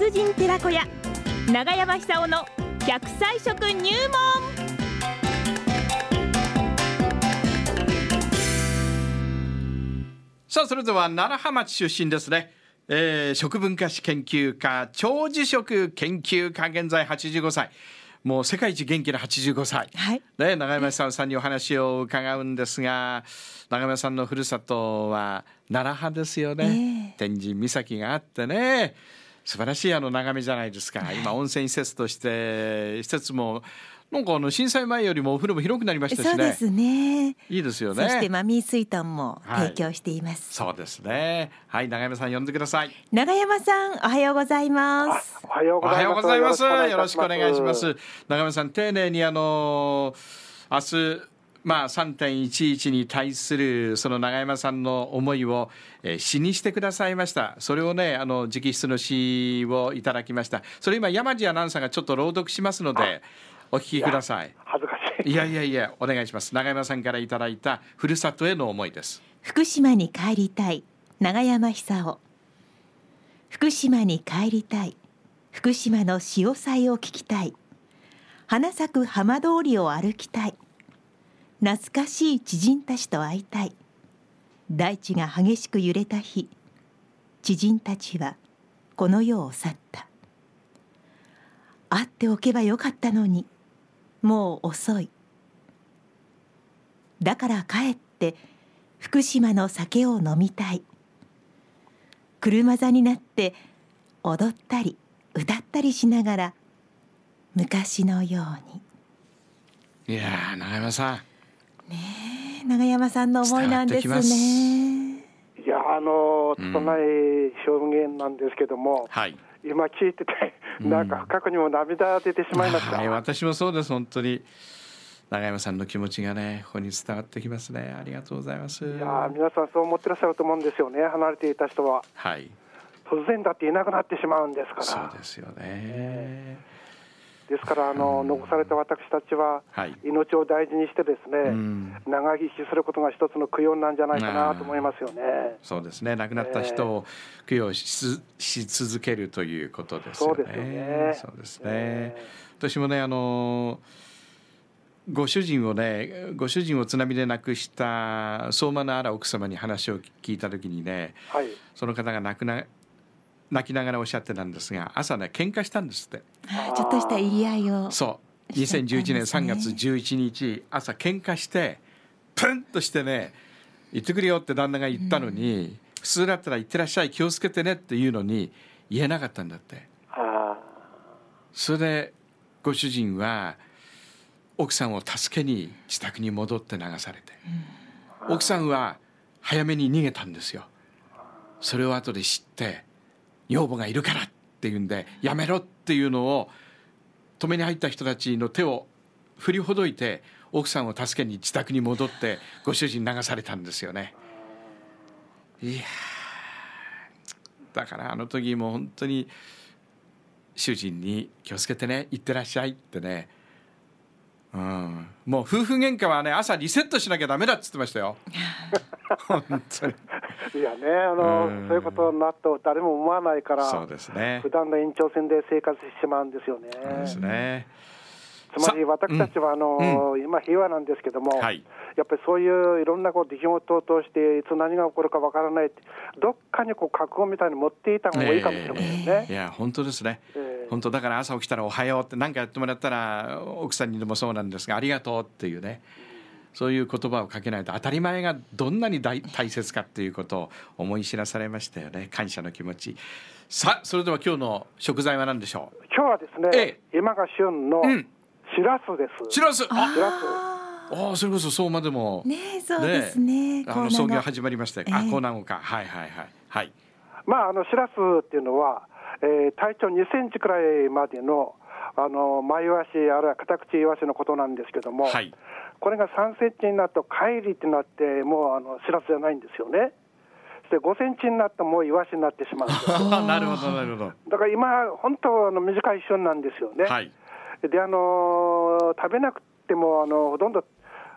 風神寺子屋長山久夫の100歳食入門。 さあそれでは楢葉町出身ですね、食文化史研究家長寿食研究家現在85歳、もう世界一元気な85歳、 はいね、長山久夫さんにお話を伺うんですが、長山さんのふるさとは楢葉ですよね、天神岬があってね、素晴らしい眺めじゃないですか。今温泉施設として施設もなんか震災前よりもお風呂も広くなりましたしね。 そうですね。 いいですよね。 そしてマミー水遁も提供しています、 そうですね。はい、長山さん呼んでください。 長山さんおはようございます。 おはようございます。 よろしくお願いします。長山さん丁寧に明日3.11 に対するその長山さんの思いを、詩にしてくださいました。それをね直筆の詩をいただきました。それ今山地アナウンサーがちょっと朗読しますのでお聞きください。 恥ずかしい。 いやお願いします。長山さんからいただいたふるさとへの思いです。 福島に帰りたい長山久夫。福島に帰りたい。福島の潮騒を聞きたい。花咲く浜通りを歩きたい。懐かしい知人たちと会いたい。大地が激しく揺れた日、知人たちはこの世を去った。会っておけばよかったのにもう遅い。だから帰って福島の酒を飲みたい。車座になって踊ったり歌ったりしながら昔のように。 いやー長山さんねえ、長山さんの思いなんですね。 いや拙い表現なんですけども、 はい、 今聞いててなんか深くにも涙出てしまいました、 はい、私もそうです。本当に長山さんの気持ちがねここに伝わってきますね。ありがとうございます。 いや皆さんそう思ってらっしゃると思うんですよね。離れていた人は、 はい、 突然だっていなくなってしまうんですから。 そうですよね、 ですから残された私たちは命を大事にしてですね、長生きすることが一つの供養なんじゃないかなと思いますよね。 そうですね。亡くなった人を供養し続けるということですよね。 そうですよね。 そうですね。私もねご主人を津波で亡くした相馬のあら奥様に話を聞いた時にね、 はい、 その方が泣きながらおっしゃってたんですが、朝ね喧嘩したんですって。 ちょっとした入り合いを。 そう2011年3月11日朝喧嘩してプンとしてね、行ってくれよって旦那が言ったのに、普通だったら行ってらっしゃい気をつけてねって言うのに言えなかったんだって。それでご主人は奥さんを助けに自宅に戻って流されて、奥さんは早めに逃げたんですよ。それを後で知って女房がいるからっていうんでやめろっていうのを止めに入った人たちの手を振りほどいて奥さんを助けに自宅に戻ってご主人流されたんですよね。いやだから時も本当に主人に気をつけてね、行ってらっしゃいってね、もう夫婦喧嘩はね朝リセットしなきゃダメだって言ってましたよ本当に。 いやねそういうことになると誰も思わないから、 そうですね、 普段の延長線で生活してしまうんですよね。 そうですね。 つまり私たちは今平和なんですけども、 はい、 やっぱりそういういろんな出来事を通していつ何が起こるかわからないって、どっかに覚悟みたいに持っていた方がいいかもしれませんね。 いや本当ですね、本当だから朝起きたらおはようって何かやってもらったら奥さんにでもそうなんですがありがとうっていうね、そういう言葉をかけないと当たり前がどんなに大切かっていうことを思い知らされましたよね。感謝の気持ち。さあそれでは今日の食材は何でしょう。 今日はですね、今が旬のしらすです。 しらす、それこそ相馬でもね、そうですね、 創業始まりましたよ。江南岡、はい。 しらすっていうのは、体長2センチくらいまでのマイワシあるいはカタクチイワシのことなんですけども、はい、これが3センチになると貝類ってなってもうしらすじゃないんですよね。で5センチになってもうイワシになってしまうんですよなるほど。 だから今本当短い旬なんですよね。はい、で食べなくてもほとんど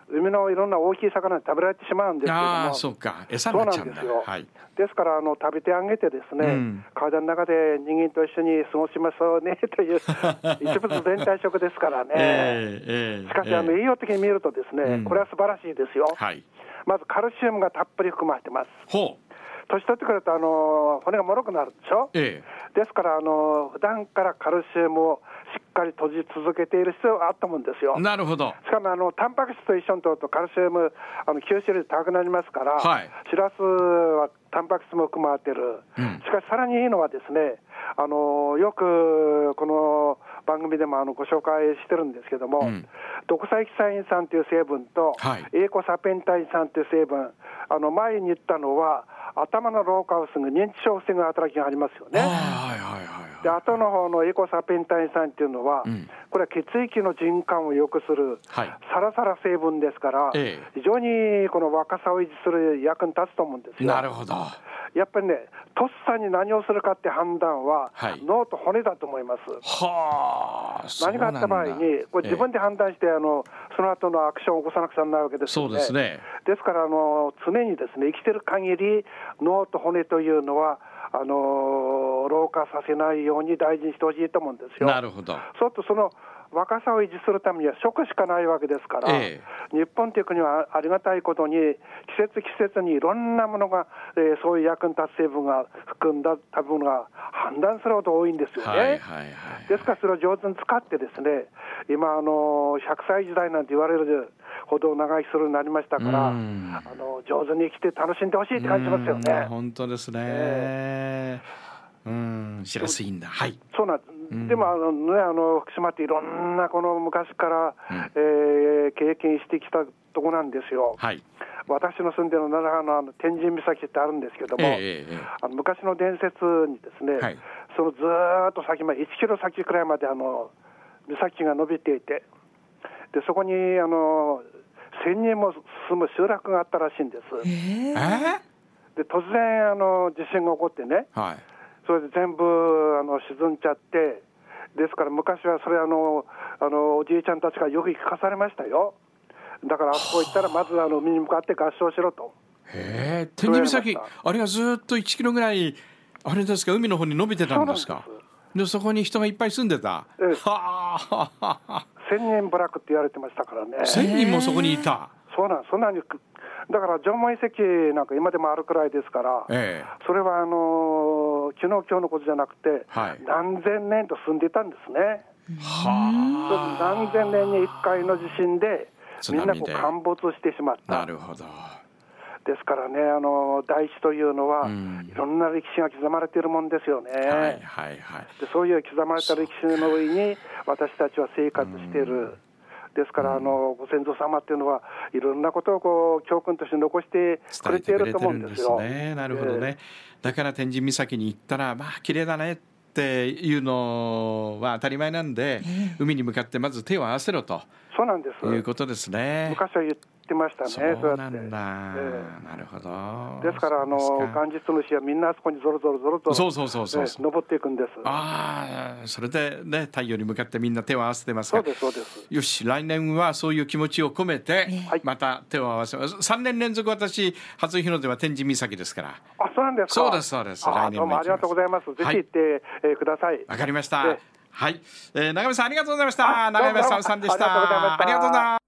海のいろんな大きい魚に食べられてしまうんですけども、 ああそうか、餌になっちゃうんだ。 そうなんですよ、 はい、 ですから食べてあげてですね、体の中で人間と一緒に過ごしましょうねという一物全体食ですからね、しかし栄養的に見るとですね、これは素晴らしいですよ、はい、まずカルシウムがたっぷり含まれてます。ほう、年取ってくると骨が脆くなるでしょ、ですから普段からカルシウムをしっかり閉じ続けている必要があったもんですよ。なるほど。しかもタンパク質と一緒に取るとカルシウム吸収率高くなりますから、はい、シラスはタンパク質も含まれている、しかしさらにいいのはですね、よくこの番組でもご紹介してるんですけども、毒サイキサイン酸という成分と、はい、エーコサペンタイン酸という成分、前に言ったのは頭の老化を防ぐ、認知症を防ぐ働きがありますよね。で後の方のエコサペンタイン酸っていうのは、これは血液の循環を良くする、はい、サラサラ成分ですから、非常にこの若さを維持する役に立つと思うんですよ。なるほど。やっぱりね、とっさに何をするかって判断は、はい、脳と骨だと思います。はあ、何があった場合にこれ自分で判断して、その後のアクションを起こさなくちゃならないわけですよね。そうですね。ですから常にですね、生きてる限り脳と骨というのは老化させないように大事にしてほしいと思うんですよ。なるほど。そうするとその若さを維持するためには食しかないわけですから、日本という国はありがたいことに季節にいろんなものが、そういう役に立つ成分が含んだ食べ物が氾濫するほど多いんですよね。ですからそれを上手に使ってですね、今100歳時代なんて言われるほど長生きするようになりましたから、上手に生きて楽しんでほしいって感じますよね。本当ですね。しらすいいんだ。はい。そうなんです。でも福島っていろんなこの昔から、経験してきたとこなんですよ。はい。私の住んでる奈良の天神岬ってあるんですけども、昔の伝説にですね、はい、そのずーっと先まで1キロ先くらいまで岬が伸びていて、でそこに1000人も住む集落があったらしいんです。で突然地震が起こってね、はい、それで全部沈んじゃって、ですから昔はそれおじいちゃんたちがよく聞かされましたよ。だからあそこ行ったらまず海に向かって合唱しろと。へえ、天神岬あれがずっと1キロぐらいあれですか、海の方に伸びてたんですか。でそこに人がいっぱい住んでた。はあ、1000人部落って言われてましたからね。1000人もそこにいた。そうなん、そんなにだから縄文遺跡なんか今でもあるくらいですから、それは昨日今日のことじゃなくて、はい、何千年と住んでたんですね。はあ、何千年に1回の地震でみんな陥没してしまった。なるほど。ですからね、大地というのはいろんな歴史が刻まれているもんですよね。はいはいはい、でそういう刻まれた歴史の上に私たちは生活している。ですからご先祖様っていうのはいろんなことを教訓として残してくれていると思うんですよ。なるほどね。だから天神岬に行ったらまあ綺麗だねっていうのは当たり前なんで、海に向かってまず手を合わせろと。そうなんです。いうことですね。昔は言ってましたね。そうなんだ。なるほど。ですから元日の日はみんなあそこにゾロゾロゾロと登っていくんです。ああ、それでね、太陽に向かってみんな手を合わせてますから。そうですそうです。よし、来年はそういう気持ちを込めてまた手を合わせます。3年連続私初日の出は天神岬ですから。あ、そうなんですか。そうですそうです。来年もどうもありがとうございます。ぜひ行ってください。わかりました。はい、長山さんありがとうございました。長山さんでした。ありがとうございました。